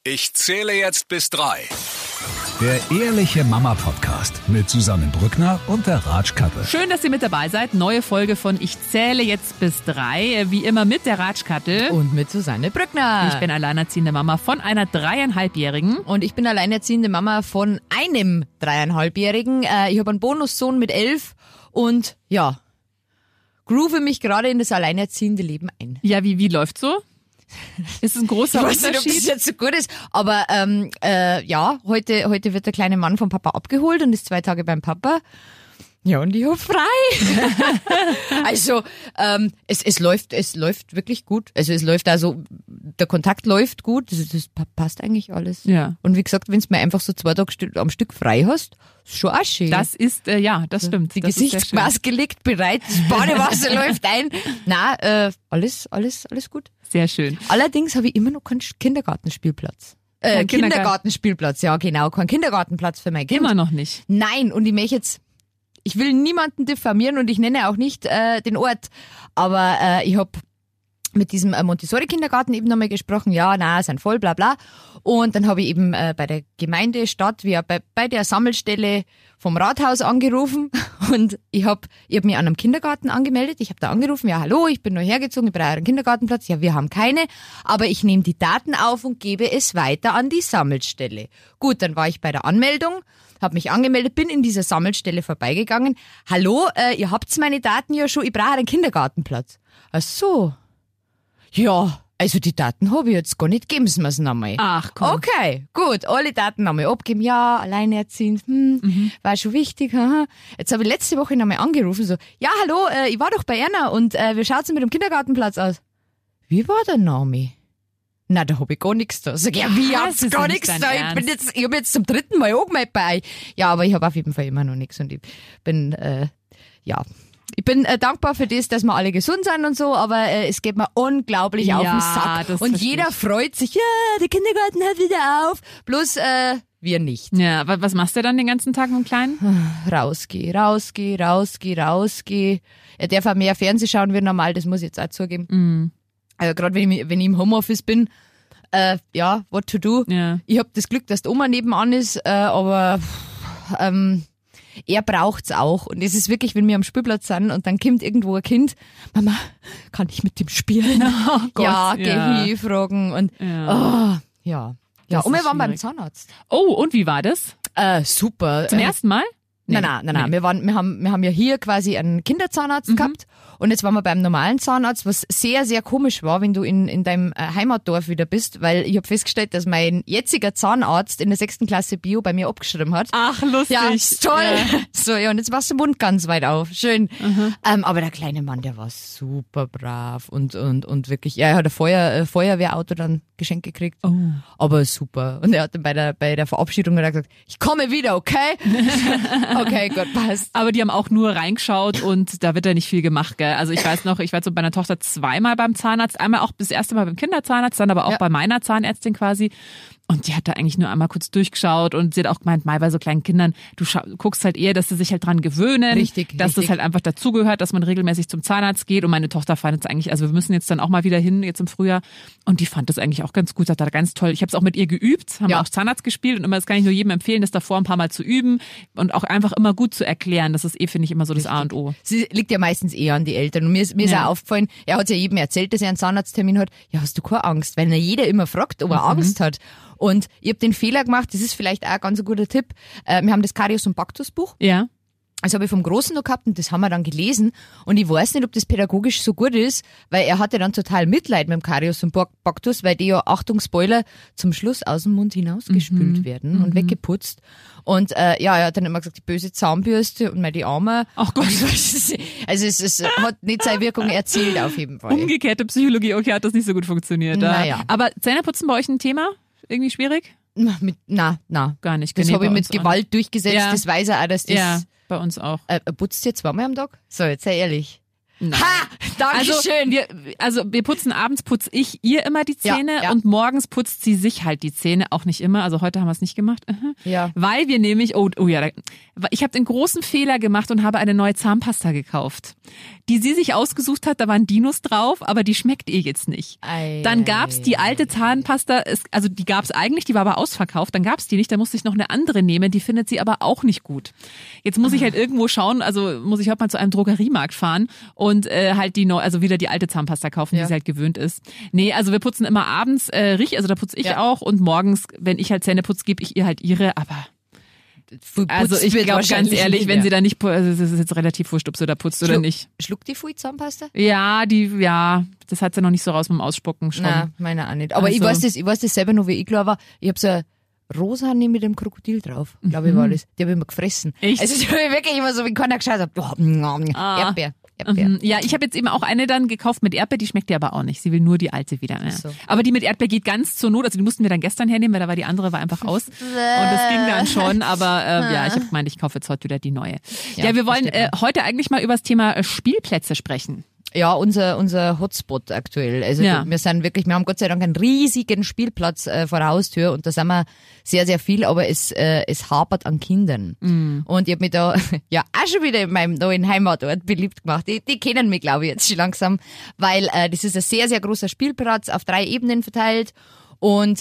Ich zähle jetzt bis 3. Der Ehrliche Mama Podcast mit Susanne Brückner und der Ratschkattel. Schön, dass ihr mit dabei seid. Neue Folge von Ich zähle jetzt bis 3. Wie immer mit der Ratschkattel. Und mit Susanne Brückner. Ich bin alleinerziehende Mama von einer 3,5-Jährigen. Und ich bin alleinerziehende Mama von einem 3,5-Jährigen. Ich habe einen Bonussohn mit 11 und ja, groove mich gerade in das alleinerziehende Leben ein. Ja, wie läuft's so? Ist es ein großer Ich weiß nicht, Unterschied? ob das jetzt so gut ist, aber ja, heute wird der kleine Mann vom Papa abgeholt und ist 2 Tage beim Papa. Ja, und ich hab frei. Also, es läuft wirklich gut. Also es läuft also, der Kontakt läuft gut, das passt eigentlich alles. Ja. Und wie gesagt, wenn du mal einfach so 2 Tage am Stück frei hast, ist schon auch schön. Das ist, ja, das stimmt. Die Das ist sehr Gesichtsmaske liegt bereit, das Badewasser läuft ein. Na, alles gut. Sehr schön. Allerdings habe ich immer noch keinen Kindergartenspielplatz. Kindergartenspielplatz, ja genau, kein Kindergartenplatz für mein Kind. Immer noch nicht. Nein, und ich will niemanden diffamieren und ich nenne auch nicht den Ort, aber ich habe mit diesem Montessori-Kindergarten eben nochmal gesprochen, ja, na, sind voll, bla bla. Und dann habe ich eben bei der Gemeinde, Stadt, bei der Sammelstelle vom Rathaus angerufen und ich hab mich an einem Kindergarten angemeldet. Ich habe da angerufen, ja, hallo, ich bin neu hergezogen, ich brauche einen Kindergartenplatz. Ja, wir haben keine, aber ich nehme die Daten auf und gebe es weiter an die Sammelstelle. Gut, dann war ich bei der Anmeldung, habe mich angemeldet, bin in dieser Sammelstelle vorbeigegangen. Hallo, ihr habt meine Daten ja schon, ich brauche einen Kindergartenplatz. Ach so. Ja, also die Daten habe ich jetzt gar nicht, geben Sie mir's nochmal. Ach komm. Okay, gut, alle Daten nochmal abgeben, ja, alleinerziehend, war schon wichtig. Haha. Jetzt habe ich letzte Woche nochmal angerufen, so, ja, hallo, ich war doch bei Erna und wie schaut's denn mit dem Kindergartenplatz aus? Wie war der Name? Na, da habe ich gar nichts da. Sag, ja, wie Das habt ihr ist gar nicht nichts dein da? Ernst. Ich hab jetzt zum 3. Mal angemeldet bei euch. Ja, aber ich habe auf jeden Fall immer noch nichts und ich bin, ich bin dankbar für das, dass wir alle gesund sind und so, aber es geht mir unglaublich auf den Sack. das Und verstehe jeder ich. freut sich, ja, der Kindergarten hört wieder auf. Bloß wir nicht. Ja, was machst du dann den ganzen Tag mit dem Kleinen? Rausgeh. Er darf auch mehr Fernsehen schauen wie normal, das muss ich jetzt auch zugeben. Also gerade wenn ich im Homeoffice bin, what to do. Ja. Ich habe das Glück, dass die Oma nebenan ist, aber er braucht's auch. Und es ist wirklich, wenn wir am Spielplatz sind und dann kommt irgendwo ein Kind, Mama, kann ich mit dem spielen? Oh Gott, ja, ja. geh fragen und Ja. ja. Das Und wir ist waren beim schwierig. Zahnarzt. Oh, und wie war das? Super. Zum ersten Mal? Nee. Nein. Nee. Wir haben ja hier quasi einen Kinderzahnarzt gehabt und jetzt waren wir beim normalen Zahnarzt, was sehr, sehr komisch war, wenn du in deinem Heimatdorf wieder bist, weil ich habe festgestellt, dass mein jetziger Zahnarzt in der 6. Klasse Bio bei mir abgeschrieben hat. Ach, lustig. Ja, ist toll. Ja. So, ja, und jetzt warst du Mund ganz weit auf. Schön. Aber der kleine Mann, der war super brav und wirklich, ja, er hat ein Feuerwehrauto dann geschenkt gekriegt. Oh. Aber super. Und er hat dann bei der Verabschiedung gesagt, ich komme wieder, okay? Okay, gut, passt. Aber die haben auch nur reingeschaut und da wird ja nicht viel gemacht, gell? Also ich weiß noch, ich war jetzt mit meiner Tochter 2-mal beim Zahnarzt, einmal auch das erste Mal beim Kinderzahnarzt, dann aber auch bei meiner Zahnärztin quasi. Und die hat da eigentlich nur einmal kurz durchgeschaut und sie hat auch gemeint, mal bei so kleinen Kindern, du guckst halt eher, dass sie sich halt dran gewöhnen, Richtig. das halt einfach dazugehört, dass man regelmäßig zum Zahnarzt geht. Und meine Tochter fand es eigentlich, also wir müssen jetzt dann auch mal wieder hin, jetzt im Frühjahr. Und die fand das eigentlich auch ganz gut, sagt, ganz toll. Ich habe es auch mit ihr geübt, haben auch Zahnarzt gespielt und immer, das kann ich nur jedem empfehlen, das davor ein paar Mal zu üben und auch einfach immer gut zu erklären. Das ist finde ich, immer so das A und O. Sie liegt ja meistens eher an die Eltern. Und mir ist auch aufgefallen, er hat ja jedem erzählt, dass er einen Zahnarzttermin hat. Ja, hast du keine Angst? Weil jeder immer fragt, ob er Angst hat. Und ich habe den Fehler gemacht, das ist vielleicht auch ein ganz guter Tipp. Wir haben das Karies- und Baktus-Buch. Ja. Das habe ich vom Großen noch gehabt und das haben wir dann gelesen. Und ich weiß nicht, ob das pädagogisch so gut ist, weil er hatte dann total Mitleid mit dem Karies und Baktus, weil die ja, Achtung, Spoiler, zum Schluss aus dem Mund hinausgespült werden und weggeputzt. Und er hat dann immer gesagt, die böse Zahnbürste und mal die Arme. Ach Gott. Also es hat nicht seine Wirkung erzielt auf jeden Fall. Umgekehrte Psychologie, okay, hat das nicht so gut funktioniert. Naja. Aber Zähneputzen bei euch ein Thema? Irgendwie schwierig? Na. Gar nicht. Das Nee, habe ich bei mit uns auch Gewalt durchgesetzt, Ja. das weiß er auch, dass das... nicht. Ja, bei uns auch. Putzt ihr 2-mal am Tag? So, jetzt sei ehrlich. Nein. Ha! Dankeschön. Also wir putzen abends, putze ich ihr immer die Zähne Ja. und morgens putzt sie sich halt die Zähne, auch nicht immer. Also heute haben wir es nicht gemacht. Ja. Weil wir nämlich, ich habe den großen Fehler gemacht und habe eine neue Zahnpasta gekauft. Die sie sich ausgesucht hat, da waren Dinos drauf, aber die schmeckt ihr jetzt nicht. Dann gab's die alte Zahnpasta, also die gab's eigentlich, die war aber ausverkauft, dann gab's die nicht, da musste ich noch eine andere nehmen, die findet sie aber auch nicht gut. Jetzt muss ich halt irgendwo schauen, also muss ich heute mal zu einem Drogeriemarkt fahren und halt also wieder die alte Zahnpasta kaufen, die sie halt gewöhnt ist. Nee, also wir putzen immer abends, also da putze ich auch und morgens, wenn ich halt Zähne putze, gebe ich ihr halt ihre, aber also ich glaube ganz ehrlich, wenn sie da nicht, also es ist jetzt relativ wurscht, ob sie da putzt oder nicht. Schluckt die viel Zahnpasta? Ja, das hat sie noch nicht so raus mit dem Ausspucken schon. Nein, meine auch nicht. Aber Also. ich weiß das selber noch, wie ich klein war. Ich habe so eine Rosane mit dem Krokodil drauf, glaube ich war das. Die habe ich immer gefressen. Echt? Also ich habe wirklich immer so, wie keiner geschaut hat. Erdbeer. Ja, ich habe jetzt eben auch eine dann gekauft mit Erdbeer, die schmeckt dir aber auch nicht. Sie will nur die alte wieder. Ja. So. Aber die mit Erdbeer geht ganz zur Not, also die mussten wir dann gestern hernehmen, weil die andere war einfach aus. Und das ging dann schon, aber ich habe gemeint, ich kaufe jetzt heute wieder die neue. Ja, wir wollen heute eigentlich mal über das Thema Spielplätze sprechen. Ja, unser Hotspot aktuell. Also wir haben Gott sei Dank einen riesigen Spielplatz vor der Haustür und da sind wir sehr, sehr viel, aber es hapert an Kindern. Und ich habe mich da auch schon wieder in meinem neuen Heimatort beliebt gemacht. Die kennen mich, glaube ich, jetzt schon langsam, weil das ist ein sehr, sehr großer Spielplatz auf 3 Ebenen verteilt und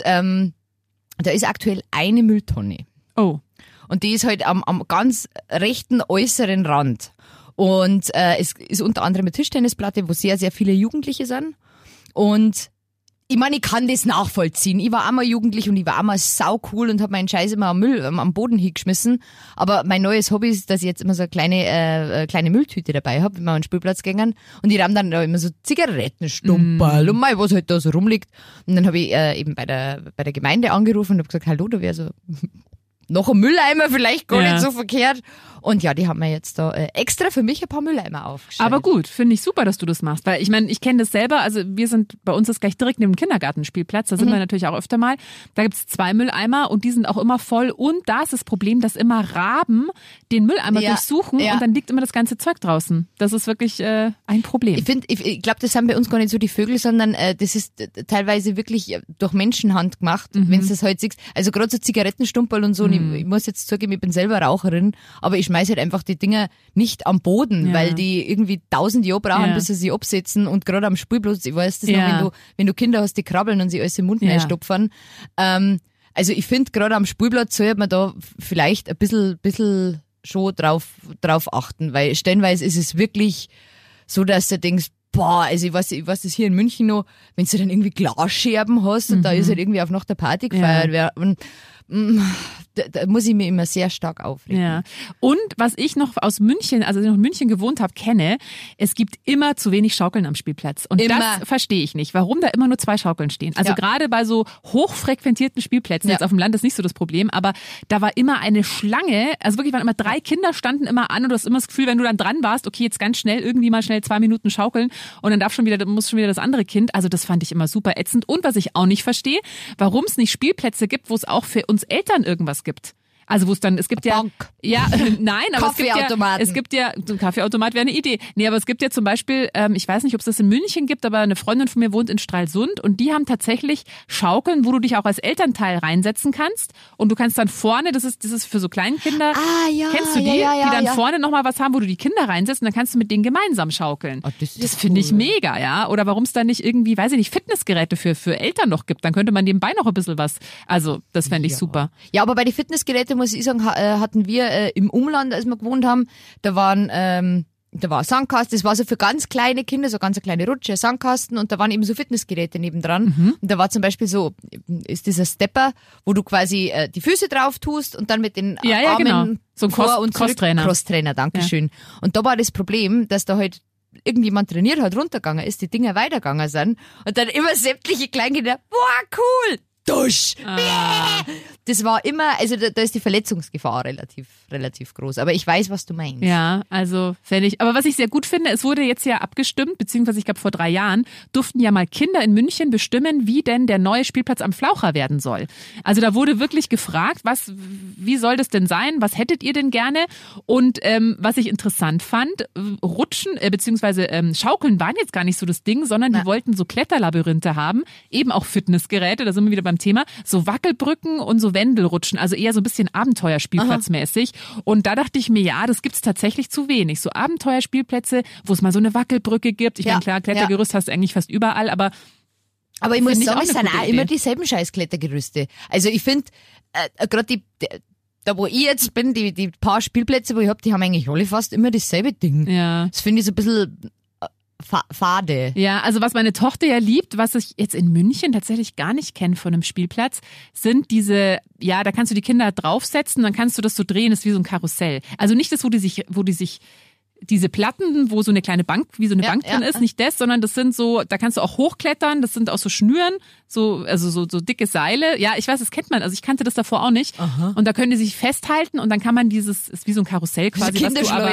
da ist aktuell eine Mülltonne. Oh. Und die ist halt am ganz rechten äußeren Rand. Und es ist unter anderem eine Tischtennisplatte, wo sehr, sehr viele Jugendliche sind. Und ich meine, ich kann das nachvollziehen. Ich war einmal jugendlich und ich war einmal sau cool und habe meinen Scheiß immer am Boden hingeschmissen. Aber mein neues Hobby ist, dass ich jetzt immer so eine kleine Mülltüte dabei habe, wenn wir an den Spielplatz gehen. Und ich ramm dann da immer so Zigarettenstumperl und mal was halt da so rumliegt. Und dann habe ich eben bei der Gemeinde angerufen und habe gesagt, hallo, da wäre so noch ein Mülleimer, vielleicht gar nicht so verkehrt. Und ja, die haben mir jetzt da extra für mich ein paar Mülleimer aufgestellt. Aber gut, finde ich super, dass du das machst. Weil ich meine, ich kenne das selber, also bei uns ist gleich direkt neben dem Kindergartenspielplatz, da sind wir natürlich auch öfter mal. Da gibt's 2 Mülleimer und die sind auch immer voll. Und da ist das Problem, dass immer Raben den Mülleimer durchsuchen und dann liegt immer das ganze Zeug draußen. Das ist wirklich ein Problem. Ich glaube, das sind bei uns gar nicht so die Vögel, sondern das ist teilweise wirklich durch Menschenhand gemacht, wenn du das halt siehst. Also gerade so Zigarettenstumperl und so, und ich muss jetzt zugeben, ich bin selber Raucherin, aber ich schmeiße halt einfach die Dinger nicht am Boden, weil die irgendwie 1000 Jahre brauchen, bis sie sich absetzen und gerade am Spielplatz, ich weiß das noch, wenn du Kinder hast, die krabbeln und sie alles im Mund reinstopfen. Also ich finde, gerade am Spielplatz sollte man da vielleicht ein bisschen schon drauf achten, weil stellenweise ist es wirklich so, dass du denkst, boah, also ich weiß das hier in München noch, wenn du dann irgendwie Glasscherben hast und da ist halt irgendwie auf Nacht der Party gefeiert und da muss ich mir immer sehr stark aufregen. Ja. Und was ich noch aus München, also als ich noch in München gewohnt habe, kenne, es gibt immer zu wenig Schaukeln am Spielplatz. Und das verstehe ich nicht, warum da immer nur 2 Schaukeln stehen. Also gerade bei so hochfrequentierten Spielplätzen, jetzt auf dem Land ist nicht so das Problem, aber da war immer eine Schlange, also wirklich waren immer 3 Kinder standen immer an und du hast immer das Gefühl, wenn du dann dran warst, okay, jetzt ganz schnell, irgendwie mal schnell 2 Minuten schaukeln und dann muss schon wieder das andere Kind. Also das fand ich immer super ätzend. Und was ich auch nicht verstehe, warum es nicht Spielplätze gibt, wo es auch für uns Eltern irgendwas gibt. Also wo es gibt Bank. Nein, aber es gibt ja, so ein Kaffeeautomat wäre eine Idee. Nee, aber es gibt ja zum Beispiel, ich weiß nicht, ob es das in München gibt, aber eine Freundin von mir wohnt in Stralsund und die haben tatsächlich Schaukeln, wo du dich auch als Elternteil reinsetzen kannst und du kannst dann vorne, das ist für so Kleinkinder, kennst du die? Die dann vorne nochmal was haben, wo du die Kinder reinsetzt und dann kannst du mit denen gemeinsam schaukeln. Das finde ich mega, ja. Oder warum es da nicht irgendwie, weiß ich nicht, Fitnessgeräte für Eltern noch gibt, dann könnte man nebenbei noch ein bisschen was, also das fände ich super. Ja, aber bei den Fitnessgeräten muss ich sagen, hatten wir im Umland, als wir gewohnt haben, da war ein Sandkasten, das war so für ganz kleine Kinder, so ganz eine kleine Rutsche, Sandkasten und da waren eben so Fitnessgeräte nebendran. Und da war zum Beispiel so, ist dieser Stepper, wo du quasi die Füße drauf tust und dann mit den Armen genau. So ein vor und zurück. Crosstrainer. Crosstrainer, dankeschön. Ja. Und da war das Problem, dass da halt irgendjemand trainiert hat, runtergegangen ist, die Dinger weitergegangen sind und dann immer sämtliche Kleinkinder, boah, cool! Dusch! das war immer, also da ist die Verletzungsgefahr relativ groß. Aber ich weiß, was du meinst. Ja, also fände ich. Aber was ich sehr gut finde, es wurde jetzt ja abgestimmt, beziehungsweise ich glaube vor 3 Jahren durften ja mal Kinder in München bestimmen, wie denn der neue Spielplatz am Flaucher werden soll. Also da wurde wirklich gefragt, wie soll das denn sein? Was hättet ihr denn gerne? Und was ich interessant fand, Rutschen beziehungsweise Schaukeln waren jetzt gar nicht so das Ding, sondern die wollten so Kletterlabyrinthe haben, eben auch Fitnessgeräte, da sind wir wieder beim Thema, so Wackelbrücken und so Wendelrutschen, also eher so ein bisschen Abenteuerspielplatzmäßig. Und da dachte ich mir, ja, das gibt's tatsächlich zu wenig. So Abenteuerspielplätze, wo es mal so eine Wackelbrücke gibt. Ich meine, klar, Klettergerüst hast du eigentlich fast überall, aber ich muss sagen, es sind auch immer dieselben scheiß Klettergerüste. Also ich finde, gerade da wo ich jetzt bin, die paar Spielplätze, wo ich habe, die haben eigentlich alle fast immer dasselbe Ding. Ja. Das finde ich so ein bisschen fade. Ja, also was meine Tochter ja liebt, was ich jetzt in München tatsächlich gar nicht kenne von einem Spielplatz, sind diese, ja, da kannst du die Kinder draufsetzen, dann kannst du das so drehen, das ist wie so ein Karussell. Also nicht das, wo die sich diese Platten, wo so eine kleine Bank, wie so eine Bank drin ist, nicht das, sondern das sind so, da kannst du auch hochklettern, das sind auch so Schnüren, so dicke Seile. Ja, ich weiß, das kennt man, also ich kannte das davor auch nicht. Aha. Und da können die sich festhalten und dann kann man ist wie so ein Karussell quasi,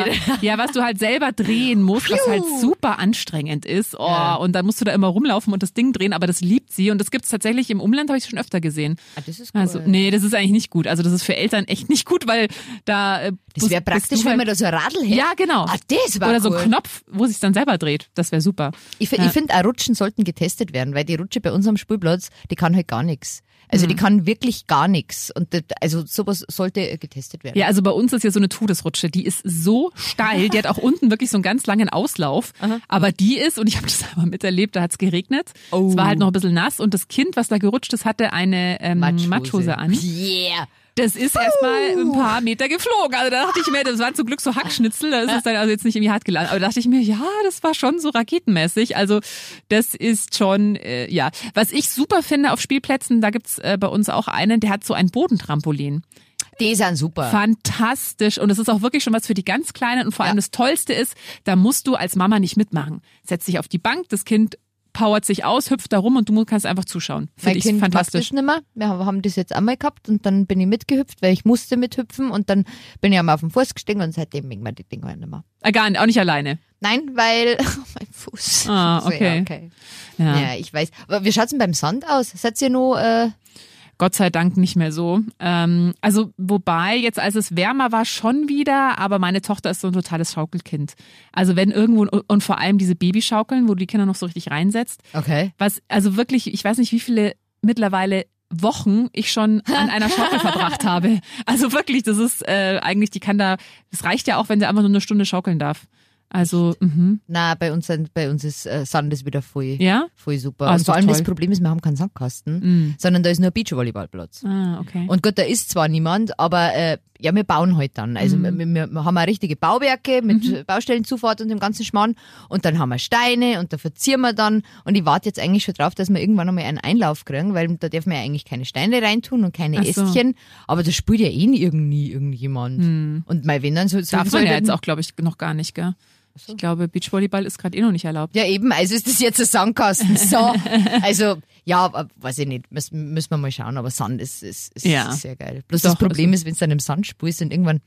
was du halt selber drehen musst, was halt super anstrengend ist. Oh, ja. Und dann musst du da immer rumlaufen und das Ding drehen, aber das liebt sie und das gibt's tatsächlich im Umland, habe ich schon öfter gesehen. Ah, das ist cool. Also, nee, das ist eigentlich nicht gut. Also das ist für Eltern echt nicht gut, weil da das wäre praktisch, wenn man da so ein Radl hätte. Ja, genau. Ah, das war oder cool. So ein Knopf, wo sich dann selber dreht. Das wäre super. Ich finde auch Rutschen sollten getestet werden, weil die Rutsche bei uns am Spielplatz, die kann halt gar nichts. Also die kann wirklich gar nichts. Und also sowas sollte getestet werden. Ja, also bei uns ist ja so eine Todesrutsche, die ist so steil, die hat auch unten wirklich so einen ganz langen Auslauf. Aha. Aber die ist, und ich habe das einmal miterlebt, da hat's geregnet. Es war halt noch ein bisschen nass und das Kind, was da gerutscht ist, hatte eine Matschhose an. Yeah! Das ist erstmal ein paar Meter geflogen. Also da dachte ich mir, das waren zum Glück so Hackschnitzel, da ist es dann also jetzt nicht irgendwie hart gelandet. Aber da dachte ich mir, ja, das war schon so raketenmäßig. Also das ist schon, ja. Was ich super finde auf Spielplätzen, da gibt's bei uns auch einen, der hat so ein Bodentrampolin. Die sind super. Fantastisch. Und es ist auch wirklich schon was für die ganz Kleinen. Und vor allem das Tollste ist, da musst du als Mama nicht mitmachen. Setz dich auf die Bank, das Kind powert sich aus, hüpft da rum und du kannst einfach zuschauen. Finde ich fantastisch. Nicht mehr. Wir haben das jetzt einmal gehabt und dann bin ich mitgehüpft, weil ich musste mithüpfen und dann bin ich einmal auf den Fuß gestiegen und seitdem wegen mir die Dinger nicht mehr. Auch nicht alleine? Nein, weil mein Fuß. Ah, okay. Okay. Ja, ich weiß. Aber wie schaut's denn beim Sand aus? Seid ihr noch... Gott sei Dank nicht mehr so. Also wobei, jetzt als es wärmer war, schon wieder, aber meine Tochter ist so ein totales Schaukelkind. Also wenn irgendwo, und vor allem diese Babyschaukeln, wo du die Kinder noch so richtig reinsetzt. Okay. Also wirklich, ich weiß nicht, wie viele mittlerweile Wochen ich schon an einer Schaukel verbracht habe. Also wirklich, das ist eigentlich, das reicht ja auch, wenn sie einfach nur eine Stunde schaukeln darf. Also, Na, bei uns ist Sand ist wieder voll super. Ah, und vor allem das Problem ist, wir haben keinen Sandkasten, sondern da ist nur ein Beachvolleyballplatz. Ah, okay. Und gut, da ist zwar niemand, aber wir bauen halt dann. Also wir haben auch richtige Bauwerke mit Baustellenzufahrt und dem ganzen Schmarrn und dann haben wir Steine und da verzieren wir dann und ich warte jetzt eigentlich schon drauf, dass wir irgendwann einmal einen Einlauf kriegen, weil da dürfen wir ja eigentlich keine Steine reintun und keine Ästchen, aber da spielt ja nie irgendjemand. Und mal wenn dann so darf man ja jetzt auch, glaube ich, noch gar nicht, gell? Ich glaube, Beachvolleyball ist gerade noch nicht erlaubt. Ja eben, also ist das jetzt ein Sandkasten. So, also ja, weiß ich nicht, müssen wir mal schauen, aber Sand ist sehr geil. Bloß doch, das Problem ist, wenn du dann im Sand spielst und irgendwann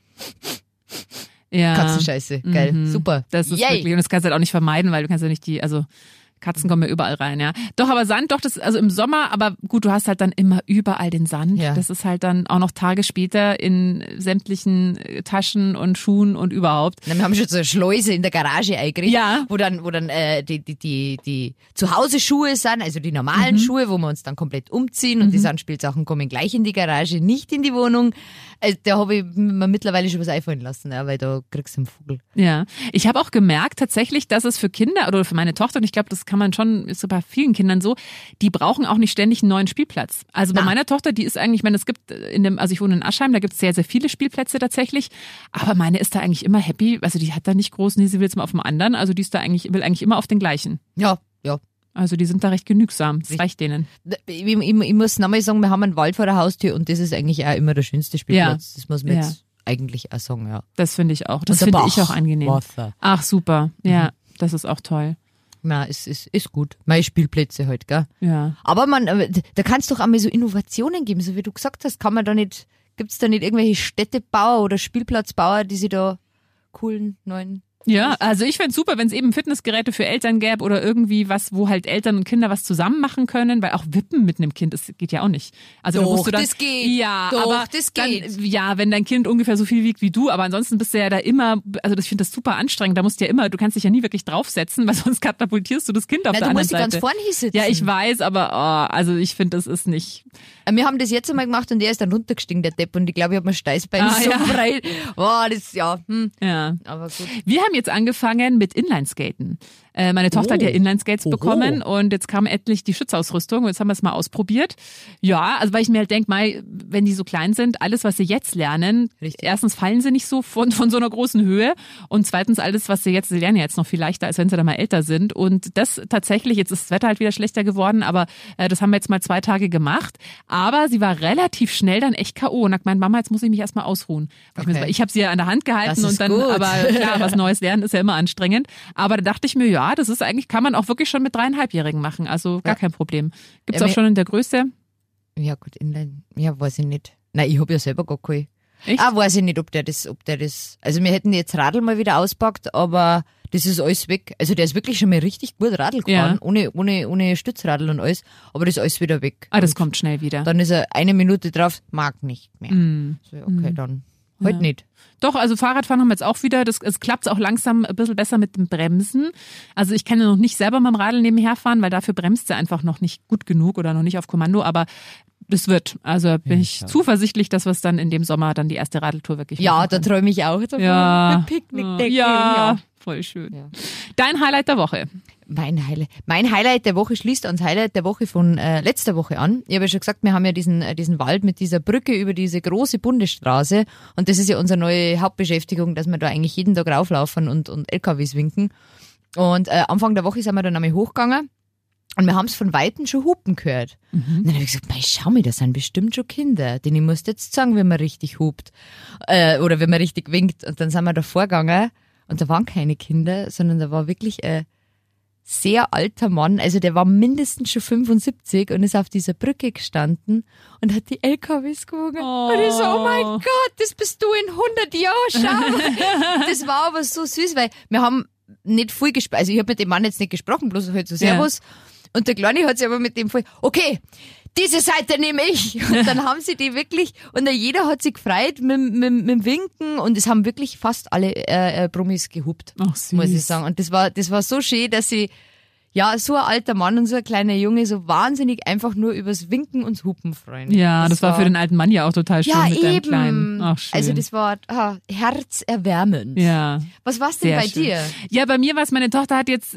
Katzenscheiße, geil, super. Das ist wirklich, und das kannst du halt auch nicht vermeiden, weil du kannst ja nicht Katzen kommen ja überall rein, ja. Doch, aber Sand, also im Sommer, aber gut, du hast halt dann immer überall den Sand. Ja. Das ist halt dann auch noch Tage später in sämtlichen Taschen und Schuhen und überhaupt. Na, wir haben schon so eine Schleuse in der Garage eingerichtet, wo dann die Zuhause-Schuhe sind, also die normalen Schuhe, wo wir uns dann komplett umziehen und die Sandspielsachen kommen gleich in die Garage, nicht in die Wohnung. Also, da habe ich mir mittlerweile schon was einfallen lassen, ja, weil da kriegst du einen Vogel. Ja, ich habe auch gemerkt tatsächlich, dass es für Kinder oder für meine Tochter, und ich glaube, das kann man schon, ist so bei vielen Kindern so, die brauchen auch nicht ständig einen neuen Spielplatz. Also bei meiner Tochter, die ist eigentlich, ich meine, es gibt also ich wohne in Aschheim, da gibt es sehr, sehr viele Spielplätze tatsächlich, aber meine ist da eigentlich immer happy, also die hat da nicht groß, nee, sie will jetzt mal auf dem anderen, also die ist da will eigentlich immer auf den gleichen. Ja. Also die sind da recht genügsam, das reicht denen. Ich muss nochmal sagen, wir haben einen Wald vor der Haustür und das ist eigentlich auch immer der schönste Spielplatz. Das muss man jetzt eigentlich auch sagen, ja. Das finde ich auch. Das finde ich auch angenehm. Ach, super. Ja, das ist auch toll. Na, ist gut. Meine Spielplätze halt, gell? Ja. Aber da kann es doch einmal so Innovationen geben, so wie du gesagt hast. Gibt's da nicht irgendwelche Städtebauer oder Spielplatzbauer, die sich da coolen neuen... Ja, also ich fänd's super, wenn es eben Fitnessgeräte für Eltern gäbe oder irgendwie was, wo halt Eltern und Kinder was zusammen machen können, weil auch Wippen mit einem Kind, das geht ja auch nicht. Also Doch, da musst du dann, das geht. Ja, Doch, aber das dann, geht. ja, wenn dein Kind ungefähr so viel wiegt wie du, aber ansonsten bist du ja da immer, also ich finde das super anstrengend, da musst du ja immer, du kannst dich ja nie wirklich draufsetzen, weil sonst katapultierst du das Kind auf der anderen Seite. Du musst dich ganz vorne sitzen. Ja, ich weiß, aber also ich finde, das ist nicht... Wir haben das jetzt einmal gemacht und der ist dann runtergestiegen, der Depp, und ich glaube, ich habe mir Steißbein so breit. Oh, das, ja. Aber gut. Wir haben jetzt angefangen mit Inlineskaten. Meine Tochter hat ja Inlineskates bekommen und jetzt kam endlich die Schutzausrüstung und jetzt haben wir es mal ausprobiert. Ja, also weil ich mir halt denke, wenn die so klein sind, alles, was sie jetzt lernen, erstens fallen sie nicht so von so einer großen Höhe und zweitens alles, was sie lernen ja jetzt noch viel leichter, als wenn sie dann mal älter sind. Und das tatsächlich, jetzt ist das Wetter halt wieder schlechter geworden, aber das haben wir jetzt mal 2 Tage gemacht. Aber sie war relativ schnell dann echt K.O. und hat gemeint, Mama, jetzt muss ich mich erstmal ausruhen. Okay. Ich habe sie ja an der Hand gehalten und dann, gut. aber klar, was Neues lernen ist ja immer anstrengend. Aber da dachte ich mir, ja, das ist eigentlich, kann man auch wirklich schon mit 3,5-Jährigen machen. Also gar kein Problem. Gibt's auch schon in der Größe? Ja gut, Inline, ja, weiß ich nicht. Nein, ich habe ja selber gar keine. Echt? Weiß ich nicht, ob der das, also wir hätten jetzt Radl mal wieder auspackt, aber das ist alles weg. Also der ist wirklich schon mal richtig gut Radl gefahren, ohne Stützradl und alles, aber das ist alles wieder weg. Das kommt schnell wieder. Dann ist er 1 Minute drauf, mag nicht mehr. So, okay, dann heute nicht. Doch, also Fahrradfahren haben wir jetzt auch wieder, es klappt auch langsam ein bisschen besser mit dem Bremsen. Also ich kann ja noch nicht selber mit dem Radl nebenher fahren, weil dafür bremst sie einfach noch nicht gut genug oder noch nicht auf Kommando, aber das wird. Also bin ich zuversichtlich, dass wir es dann in dem Sommer dann die erste Radeltour wirklich machen. Ja, da träume ich auch davon. Ja. Mit Picknickdecke. Ja, voll schön. Ja. Dein Highlight der Woche? Mein Highlight der Woche schließt ans Highlight der Woche von letzter Woche an. Ich habe ja schon gesagt, wir haben ja diesen Wald mit dieser Brücke über diese große Bundesstraße und das ist ja unsere neue Hauptbeschäftigung, dass wir da eigentlich jeden Tag rauflaufen und LKWs winken. Und Anfang der Woche sind wir dann einmal hochgegangen und wir haben es von Weitem schon hupen gehört. Und dann habe ich gesagt, schau mal, das sind bestimmt schon Kinder, denen ich muss jetzt sagen, wenn man richtig hupt oder wenn man richtig winkt. Und dann sind wir da vorgegangen und da waren keine Kinder, sondern da war wirklich sehr alter Mann, also der war mindestens schon 75 und ist auf dieser Brücke gestanden und hat die LKWs gewunken. Und ich so, oh mein Gott, das bist du in 100 Jahren, schau. Das war aber so süß, weil wir haben nicht viel gesprochen, also ich habe mit dem Mann jetzt nicht gesprochen, bloß halt so Servus. Ja. Und der Kleine hat sich aber mit dem voll, okay, diese Seite nehme ich. Und dann haben sie die wirklich, und jeder hat sich gefreut mit dem Winken und es haben wirklich fast alle Promis gehupt, muss ich sagen. Und das war so schön, dass sie, ja, so ein alter Mann und so ein kleiner Junge so wahnsinnig einfach nur übers Winken und Hupen freuen. Ja, das war für den alten Mann ja auch total schön mit dem Kleinen. Ach, schön. Also das war herzerwärmend. Ja. Was war's denn bei dir? Ja, bei mir war es, meine Tochter hat jetzt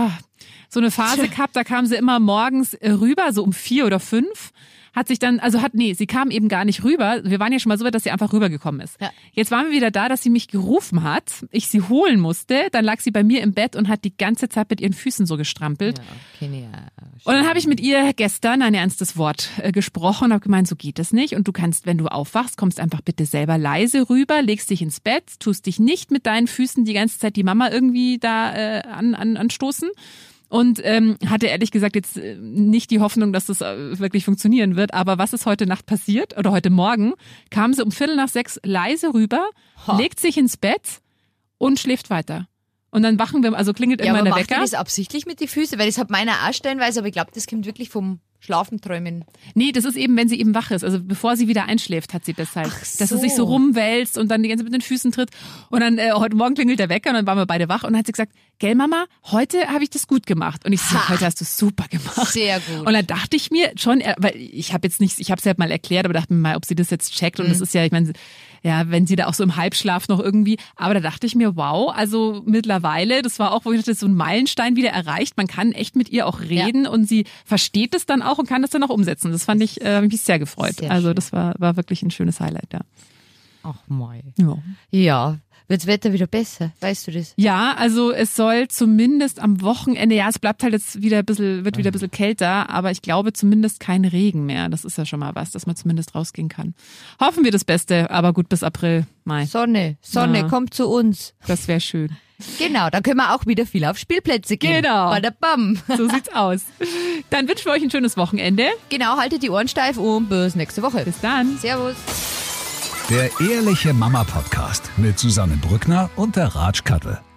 so eine Phase gehabt, da kam sie immer morgens rüber, so um 4 oder 5. Hat sich dann, sie kam eben gar nicht rüber. Wir waren ja schon mal so weit, dass sie einfach rübergekommen ist. Ja. Jetzt waren wir wieder da, dass sie mich gerufen hat, ich sie holen musste, dann lag sie bei mir im Bett und hat die ganze Zeit mit ihren Füßen so gestrampelt. Ja, okay, und dann habe ich mit ihr gestern ein ernstes Wort gesprochen und habe gemeint, so geht das nicht und du kannst, wenn du aufwachst, kommst einfach bitte selber leise rüber, legst dich ins Bett, tust dich nicht mit deinen Füßen die ganze Zeit die Mama irgendwie da anstoßen. Und hatte ehrlich gesagt jetzt nicht die Hoffnung, dass das wirklich funktionieren wird. Aber was ist heute Nacht passiert oder heute Morgen, kam sie um 5:45 leise rüber, legt sich ins Bett und schläft weiter. Und dann wachen wir, also klingelt irgendwann der Wecker. Macht ihr das absichtlich mit den Füßen? Weil das hat meiner auch stellenweise, aber ich glaube, das kommt wirklich vom Schlafenträumen. Nee, das ist eben, wenn sie eben wach ist. Also bevor sie wieder einschläft, hat sie das halt. Dass sie sich so rumwälzt und dann die ganze Zeit mit den Füßen tritt. Und dann heute Morgen klingelt der Wecker und dann waren wir beide wach und dann hat sie gesagt, gell Mama, heute habe ich das gut gemacht. Und ich so, heute hast du es super gemacht. Sehr gut. Und dann dachte ich mir schon, weil ich habe es ja mal erklärt, aber dachte mir mal, ob sie das jetzt checkt. Und das ist ja, ich meine, ja, wenn sie da auch so im Halbschlaf noch irgendwie, aber da dachte ich mir, wow, also mittlerweile, das war auch, wo ich dachte, so ein Meilenstein wieder erreicht, man kann echt mit ihr auch reden und sie versteht es dann auch und kann das dann auch umsetzen. Das fand ich, mich sehr gefreut. Sehr also das war wirklich ein schönes Highlight, ja. Ach mal. Ja. Ja, wird's Wetter wieder besser, weißt du das? Ja, also es soll zumindest am Wochenende, ja, es bleibt halt jetzt wieder wird wieder ein bisschen kälter, aber ich glaube zumindest kein Regen mehr. Das ist ja schon mal was, dass man zumindest rausgehen kann. Hoffen wir das Beste, aber gut, bis April, Mai. Sonne, kommt zu uns. Das wäre schön. Genau, dann können wir auch wieder viel auf Spielplätze gehen. Genau. Badabam. So sieht's aus. Dann wünschen wir euch ein schönes Wochenende. Genau, haltet die Ohren steif und bis nächste Woche. Bis dann. Servus. Der Ehrliche Mama Podcast mit Susanne Brückner und der Ratsch Kattel.